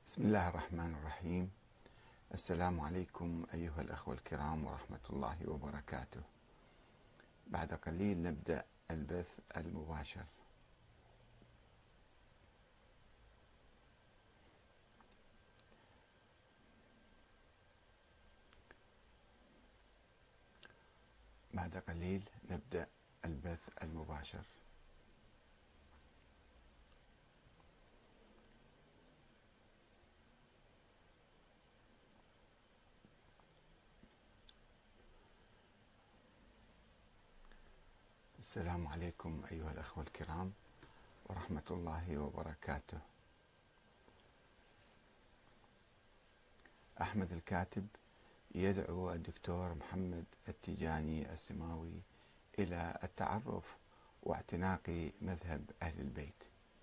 بسم الله الرحمن الرحيم. السلام عليكم أيها الأخوة الكرام ورحمة الله وبركاته. بعد قليل نبدأ البث المباشر. بعد قليل نبدأ البث المباشر. السلام عليكم أيها الأخوة الكرام ورحمة الله وبركاته. أحمد الكاتب يدعو الدكتور محمد التيجاني السماوي إلى التعرف واعتناق مذهب أهل البيت.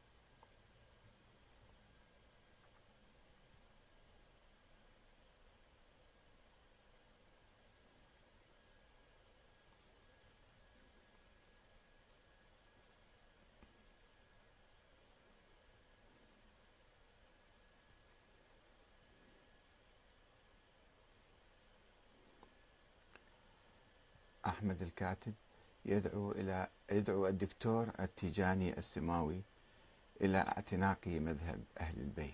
أحمد الكاتب يدعو الدكتور التيجاني السماوي إلى اعتناق مذهب أهل البيت.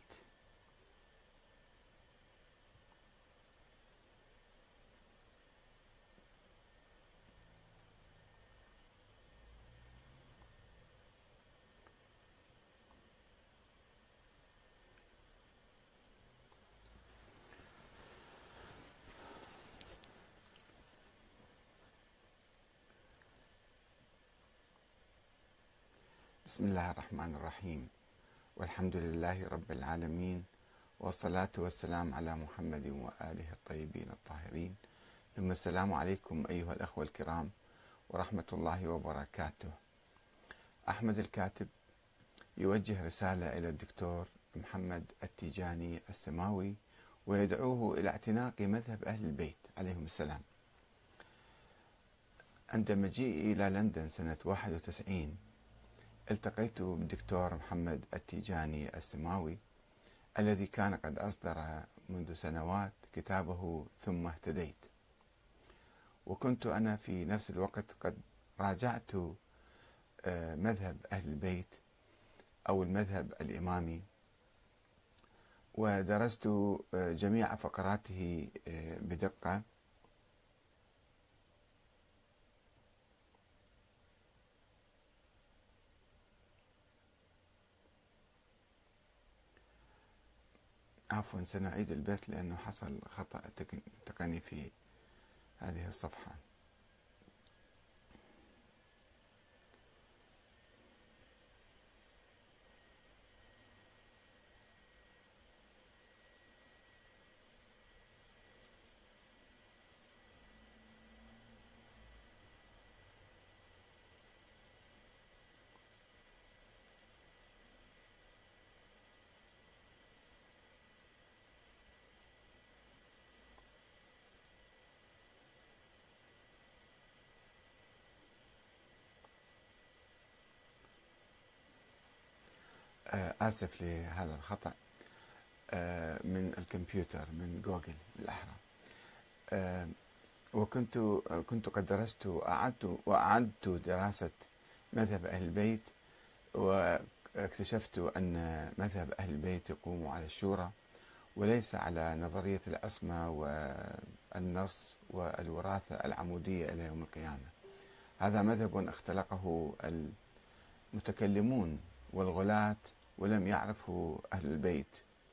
بسم الله الرحمن الرحيم، والحمد لله رب العالمين، والصلاة والسلام على محمد وآله الطيبين الطاهرين، ثم السلام عليكم أيها الأخوة الكرام ورحمة الله وبركاته. أحمد الكاتب يوجه رسالة إلى الدكتور محمد التيجاني السماوي ويدعوه إلى اعتناق مذهب أهل البيت عليهم السلام. عند مجيئي إلى لندن سنة 91 التقيت بالدكتور محمد التيجاني السماوي الذي كان قد أصدر منذ سنوات كتابه ثم اهتديت، وكنت أنا في نفس الوقت قد راجعت مذهب أهل البيت أو المذهب الإمامي، ودرست جميع فقراته بدقة، عفوا سنعيد البث لأنه حصل خطأ تقني في هذه الصفحة. آسف لهذا الخطأ من الكمبيوتر من جوجل بالأحرى. كنت قد درست وأعدت دراسة مذهب أهل البيت، واكتشفت أن مذهب أهل البيت يقوم على الشورى وليس على نظرية العصمة والنص والوراثة العمودية إلى يوم القيامة. هذا مذهب اختلقه المتكلمون والغلاة ولم يعرفوا أهل البيت،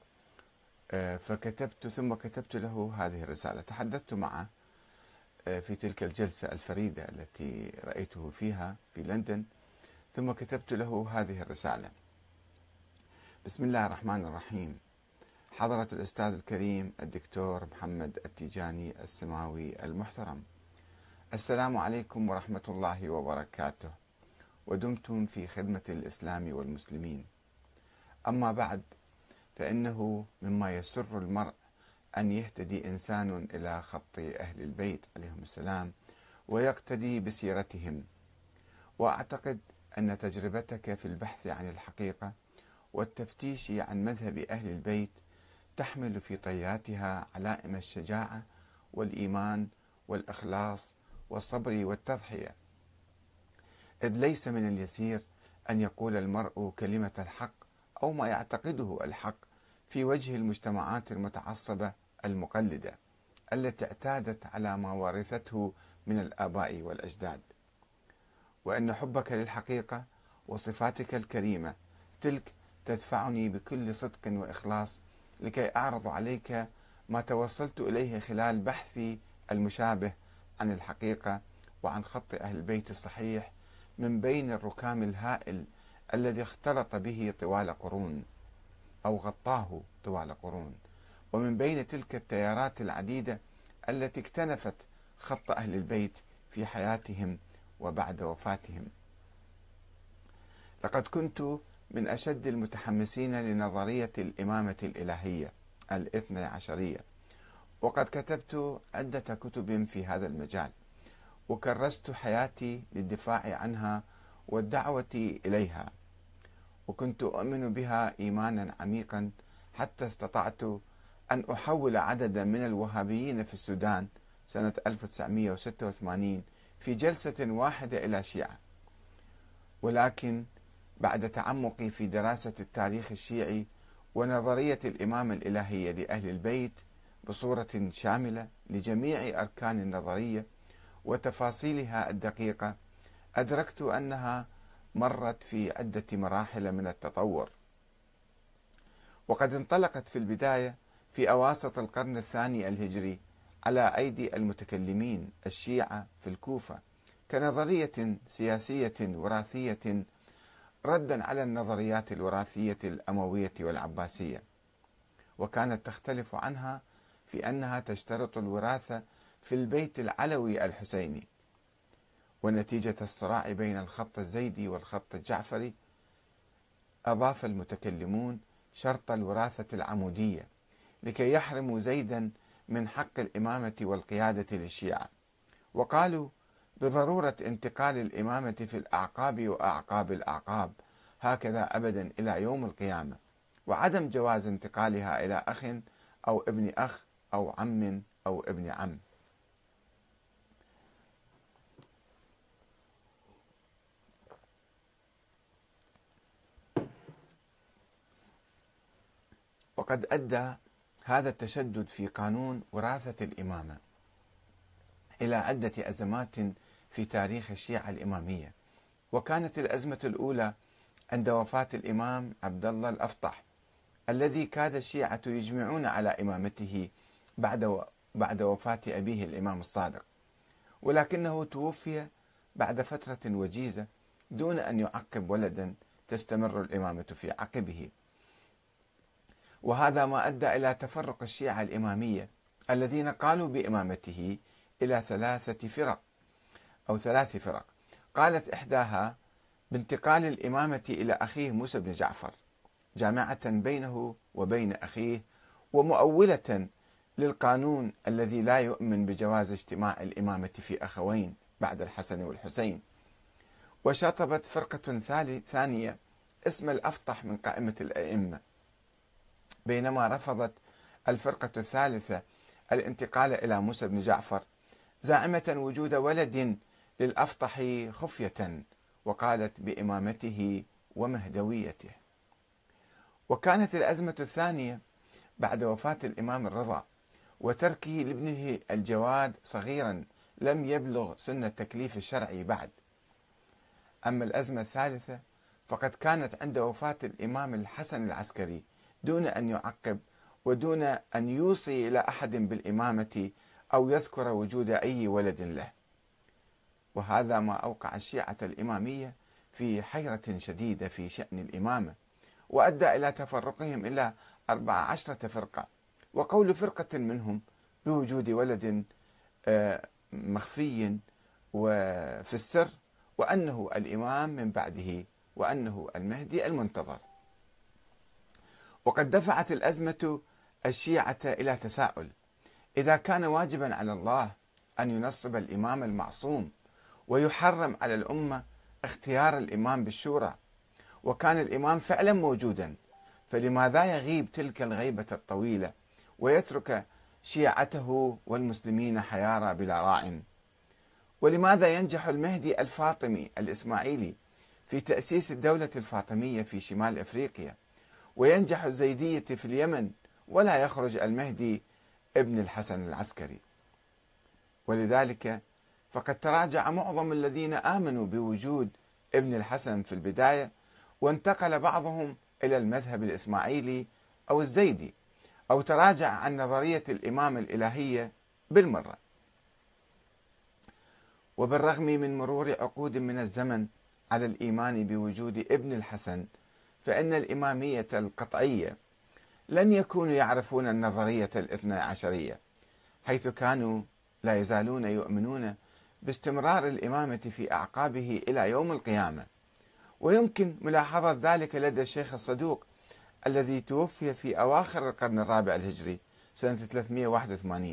ثم كتبت له هذه الرسالة. تحدثت معه في تلك الجلسة الفريدة التي رأيته فيها في لندن، ثم كتبت له هذه الرسالة. بسم الله الرحمن الرحيم. حضرة الأستاذ الكريم الدكتور محمد التيجاني السماوي المحترم، السلام عليكم ورحمة الله وبركاته، ودمتم في خدمة الإسلام والمسلمين. أما بعد، فإنه مما يسر المرء أن يهتدي إنسان إلى خط أهل البيت عليهم السلام ويقتدي بسيرتهم، وأعتقد أن تجربتك في البحث عن الحقيقة والتفتيش عن مذهب أهل البيت تحمل في طياتها علائم الشجاعة والإيمان والإخلاص والصبر والتضحية، إذ ليس من اليسير أن يقول المرء كلمة الحق أو ما يعتقده الحق في وجه المجتمعات المتعصبة المقلدة التي اعتادت على ما ورثته من الآباء والأجداد. وأن حبك للحقيقة وصفاتك الكريمة تلك تدفعني بكل صدق وإخلاص لكي أعرض عليك ما توصلت إليه خلال بحثي المشابه عن الحقيقة وعن خط أهل البيت الصحيح من بين الركام الهائل الذي اختلط به طوال قرون أو غطاه طوال قرون، ومن بين تلك التيارات العديدة التي اكتنفت خط أهل البيت في حياتهم وبعد وفاتهم. لقد كنت من أشد المتحمسين لنظرية الإمامة الإلهية الاثني عشرية، وقد كتبت عدة كتب في هذا المجال، وكرست حياتي للدفاع عنها والدعوة إليها، وكنت أؤمن بها إيمانا عميقا حتى استطعت أن أحول عددا من الوهابيين في السودان سنة 1986 في جلسة واحدة إلى شيعة. ولكن بعد تعمقي في دراسة التاريخ الشيعي ونظرية الإمامة الإلهية لأهل البيت بصورة شاملة لجميع أركان النظرية وتفاصيلها الدقيقة، أدركت أنها مرت في عدة مراحل من التطور. وقد انطلقت في البداية في أواسط القرن الثاني الهجري على أيدي المتكلمين الشيعة في الكوفة كنظرية سياسية وراثية ردا على النظريات الوراثية الأموية والعباسية، وكانت تختلف عنها في أنها تشترط الوراثة في البيت العلوي الحسيني. ونتيجة الصراع بين الخط الزيدي والخط الجعفري أضاف المتكلمون شرط الوراثة العمودية لكي يحرموا زيدا من حق الإمامة والقيادة للشيعة، وقالوا بضرورة انتقال الإمامة في الأعقاب وأعقاب الأعقاب هكذا أبدا إلى يوم القيامة، وعدم جواز انتقالها إلى أخ أو ابن أخ أو عم أو ابن عم. وقد أدى هذا التشدد في قانون وراثة الإمامة إلى عدة أزمات في تاريخ الشيعة الإمامية، وكانت الأزمة الأولى عند وفاة الإمام عبد الله الأفطح الذي كاد الشيعة يجمعون على إمامته بعد وفاة أبيه الإمام الصادق، ولكنه توفي بعد فترة وجيزة دون أن يعقب ولدا تستمر الإمامة في عقبه. وهذا ما أدى إلى تفرق الشيعة الإمامية الذين قالوا بإمامته إلى ثلاث فرق. قالت إحداها بانتقال الإمامة إلى أخيه موسى بن جعفر جامعة بينه وبين أخيه، ومؤولة للقانون الذي لا يؤمن بجواز اجتماع الإمامة في أخوين بعد الحسن والحسين. وشطبت فرقة ثانية اسم الأفطح من قائمة الأئمة، بينما رفضت الفرقة الثالثة الانتقال إلى موسى بن جعفر زاعمة وجود ولد للأفطح خفية، وقالت بإمامته ومهدويته. وكانت الأزمة الثانية بعد وفاة الإمام الرضا وتركه لابنه الجواد صغيرا لم يبلغ سن التكليف الشرعي بعد. أما الأزمة الثالثة فقد كانت عند وفاة الإمام الحسن العسكري دون أن يعقب ودون أن يوصي إلى أحد بالإمامة أو يذكر وجود أي ولد له. وهذا ما أوقع الشيعة الإمامية في حيرة شديدة في شأن الإمامة، وأدى إلى تفرقهم إلى 14 فرقة، وقول فرقة منهم بوجود ولد مخفي وفي السر، وأنه الإمام من بعده، وأنه المهدي المنتظر. وقد دفعت الأزمة الشيعة إلى تساؤل: إذا كان واجبا على الله أن ينصب الإمام المعصوم ويحرم على الأمة اختيار الإمام بالشورى، وكان الإمام فعلا موجودا، فلماذا يغيب تلك الغيبة الطويلة ويترك شيعته والمسلمين حيارى بلا راع؟ ولماذا ينجح المهدي الفاطمي الإسماعيلي في تأسيس الدولة الفاطمية في شمال أفريقيا، وينجح الزيدية في اليمن، ولا يخرج المهدي ابن الحسن العسكري؟ ولذلك فقد تراجع معظم الذين آمنوا بوجود ابن الحسن في البداية، وانتقل بعضهم إلى المذهب الإسماعيلي أو الزيدي، أو تراجع عن نظرية الإمامة الإلهية بالمرة. وبالرغم من مرور عقود من الزمن على الإيمان بوجود ابن الحسن، فإن الإمامية القطعية لم يكونوا يعرفون النظرية الاثنى عشرية، حيث كانوا لا يزالون يؤمنون باستمرار الإمامة في أعقابه إلى يوم القيامة. ويمكن ملاحظة ذلك لدى الشيخ الصدوق الذي توفي في أواخر القرن الرابع الهجري سنة 381.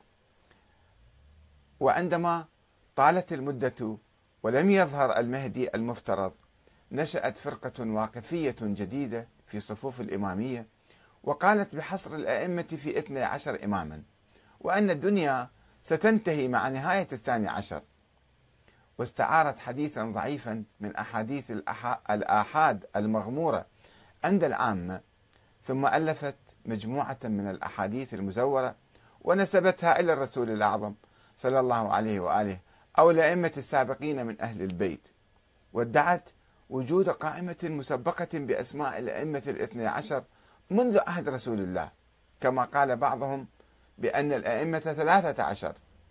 وعندما طالت المدة ولم يظهر المهدي المفترض، نشأت فرقة واقفية جديدة في صفوف الإمامية، وقالت بحصر الأئمة في 12 إماما، وأن الدنيا ستنتهي مع نهاية 12، واستعارت حديثا ضعيفا من أحاديث الآحاد المغمورة عند العامة، ثم ألفت مجموعة من الأحاديث المزورة ونسبتها إلى الرسول الأعظم صلى الله عليه وآله أو الأئمة السابقين من أهل البيت، وادعت وجود قائمة مسبقة بأسماء الأئمة الاثني عشر منذ عهد رسول الله، كما قال بعضهم بأن الأئمة 13،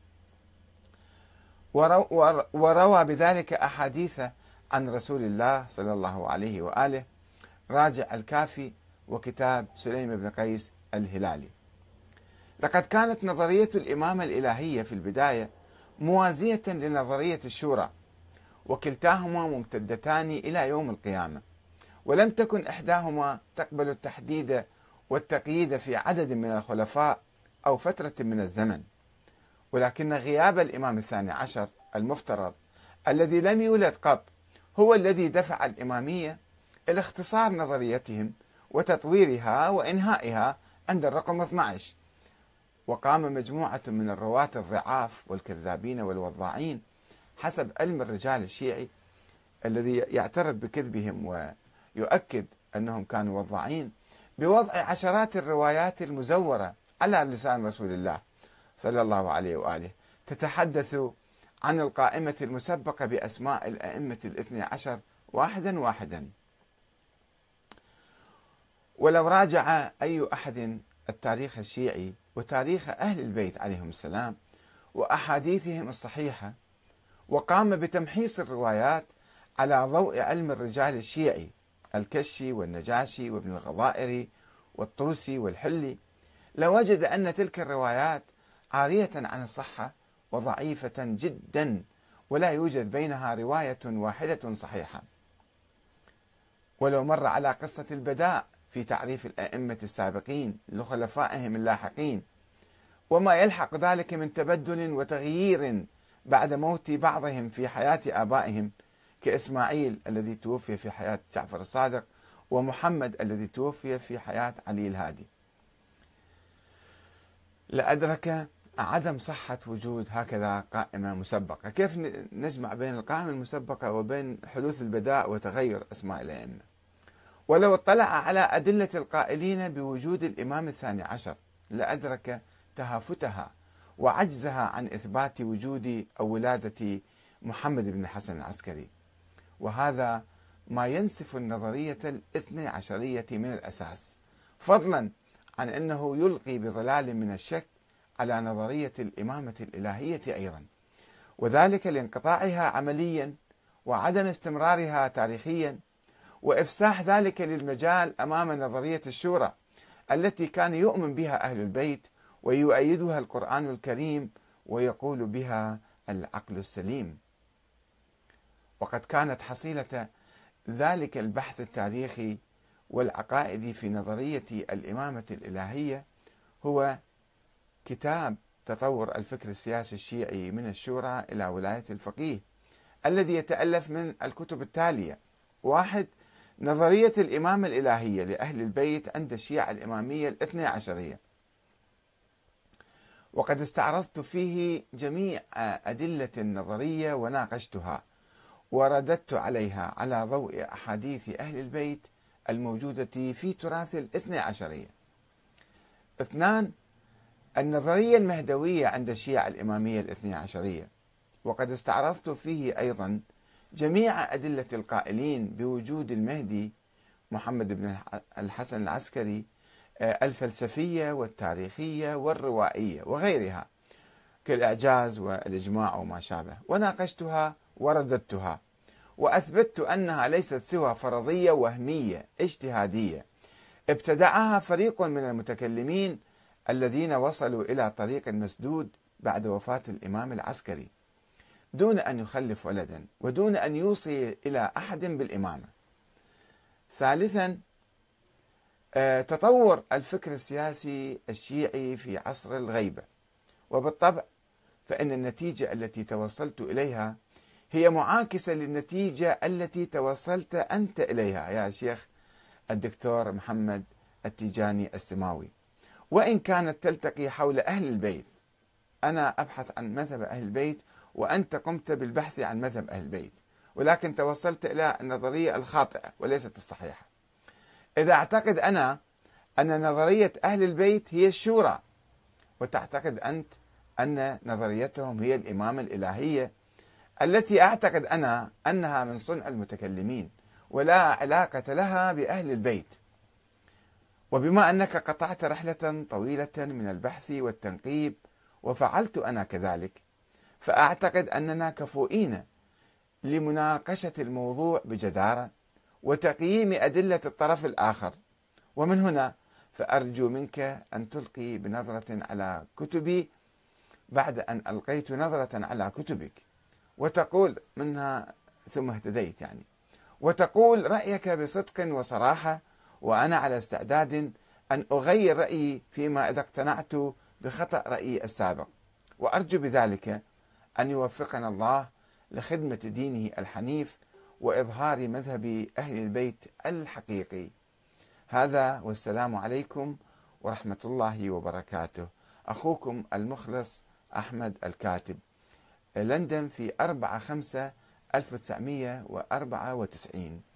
وروى بذلك أحاديث عن رسول الله صلى الله عليه وآله. راجع الكافي وكتاب سليم بن قيس الهلالي. لقد كانت نظرية الإمامة الإلهية في البداية موازية لنظرية الشورى، وكلتاهما ممتدتان إلى يوم القيامة، ولم تكن إحداهما تقبل التحديد والتقييد في عدد من الخلفاء أو فترة من الزمن. ولكن غياب الإمام الثاني عشر المفترض الذي لم يولد قط هو الذي دفع الإمامية إلى اختصار نظريتهم وتطويرها وإنهائها عند الرقم 12، وقام مجموعة من الرواة الضعاف والكذابين والوضاعين حسب علم الرجال الشيعي الذي يعترف بكذبهم ويؤكد أنهم كانوا وضاعين، بوضع عشرات الروايات المزورة على لسان رسول الله صلى الله عليه وآله تتحدث عن القائمة المسبقة بأسماء الأئمة الاثني عشر واحدا واحدا. ولو راجع أي أحد التاريخ الشيعي وتاريخ أهل البيت عليهم السلام وأحاديثهم الصحيحة، وقام بتمحيص الروايات على ضوء علم الرجال الشيعي الكشي والنجاشي وابن الغضائري والطوسي والحلي، لوجد أن تلك الروايات عارية عن الصحة وضعيفة جدا، ولا يوجد بينها رواية واحدة صحيحة. ولو مر على قصة البداء في تعريف الأئمة السابقين لخلفائهم اللاحقين، وما يلحق ذلك من تبدل وتغيير بعد موت بعضهم في حياة آبائهم، كإسماعيل الذي توفي في حياة جعفر الصادق، ومحمد الذي توفي في حياة علي الهادي، لأدرك عدم صحة وجود هكذا قائمة مسبقة. كيف نجمع بين القائمة المسبقة وبين حدوث البداء وتغير أسماء الأئمة؟ ولو اطلع على أدلة القائلين بوجود الإمام الثاني عشر لأدرك تهافتها وعجزها عن إثبات وجود أو ولادة محمد بن الحسن العسكري، وهذا ما ينسف النظرية الاثني عشرية من الأساس، فضلا عن أنه يلقي بظلال من الشك على نظرية الإمامة الإلهية أيضا، وذلك لانقطاعها عمليا وعدم استمرارها تاريخيا، وإفساح ذلك للمجال أمام نظرية الشورى التي كان يؤمن بها أهل البيت ويؤيدها القرآن الكريم ويقول بها العقل السليم. وقد كانت حصيلة ذلك البحث التاريخي والعقائدي في نظرية الإمامة الإلهية هو كتاب تطور الفكر السياسي الشيعي من الشورى إلى ولاية الفقيه، الذي يتألف من الكتب التالية: 1. نظرية الإمامة الإلهية لأهل البيت عند الشيعة الإمامية الاثني عشرية، وقد استعرضت فيه جميع أدلة النظرية وناقشتها ورددت عليها على ضوء أحاديث أهل البيت الموجودة في تراث الاثني عشرية. 2. النظرية المهدوية عند الشيعة الإمامية الاثني عشرية، وقد استعرضت فيه أيضا جميع أدلة القائلين بوجود المهدي محمد بن الحسن العسكري الفلسفية والتاريخية والروائية وغيرها كالإعجاز والإجماع وما شابه، وناقشتها ورددتها وأثبتت أنها ليست سوى فرضية وهمية اجتهادية ابتدعها فريق من المتكلمين الذين وصلوا إلى طريق مسدود بعد وفاة الإمام العسكري دون أن يخلف ولدا ودون أن يوصي إلى أحد بالإمامة. 3. تطور الفكر السياسي الشيعي في عصر الغيبة، وبالطبع فإن النتيجة التي توصلت إليها هي معاكسة للنتيجة التي توصلت أنت إليها يا شيخ الدكتور محمد التيجاني السماوي، وإن كانت تلتقي حول أهل البيت. أنا أبحث عن مذهب أهل البيت وأنت قمت بالبحث عن مذهب أهل البيت، ولكن توصلت إلى النظرية الخاطئة وليست الصحيحة. إذا أعتقد أنا أن نظرية أهل البيت هي الشورى، وتعتقد أنت أن نظريتهم هي الإمامة الإلهية التي أعتقد أنا أنها من صنع المتكلمين ولا علاقة لها بأهل البيت، وبما أنك قطعت رحلة طويلة من البحث والتنقيب وفعلت أنا كذلك، فأعتقد أننا كفؤين لمناقشة الموضوع بجدارة وتقييم أدلة الطرف الآخر. ومن هنا فأرجو منك أن تلقي بنظرة على كتبي بعد أن ألقيت نظرة على كتبك، وتقول منها ثم اهتديت يعني، وتقول رأيك بصدق وصراحة، وأنا على استعداد أن أغير رأيي فيما إذا اقتنعت بخطأ رأيي السابق، وأرجو بذلك أن يوفقنا الله لخدمة دينه الحنيف وإظهار مذهب أهل البيت الحقيقي. هذا والسلام عليكم ورحمة الله وبركاته. أخوكم المخلص أحمد الكاتب، لندن في 4/5/1994.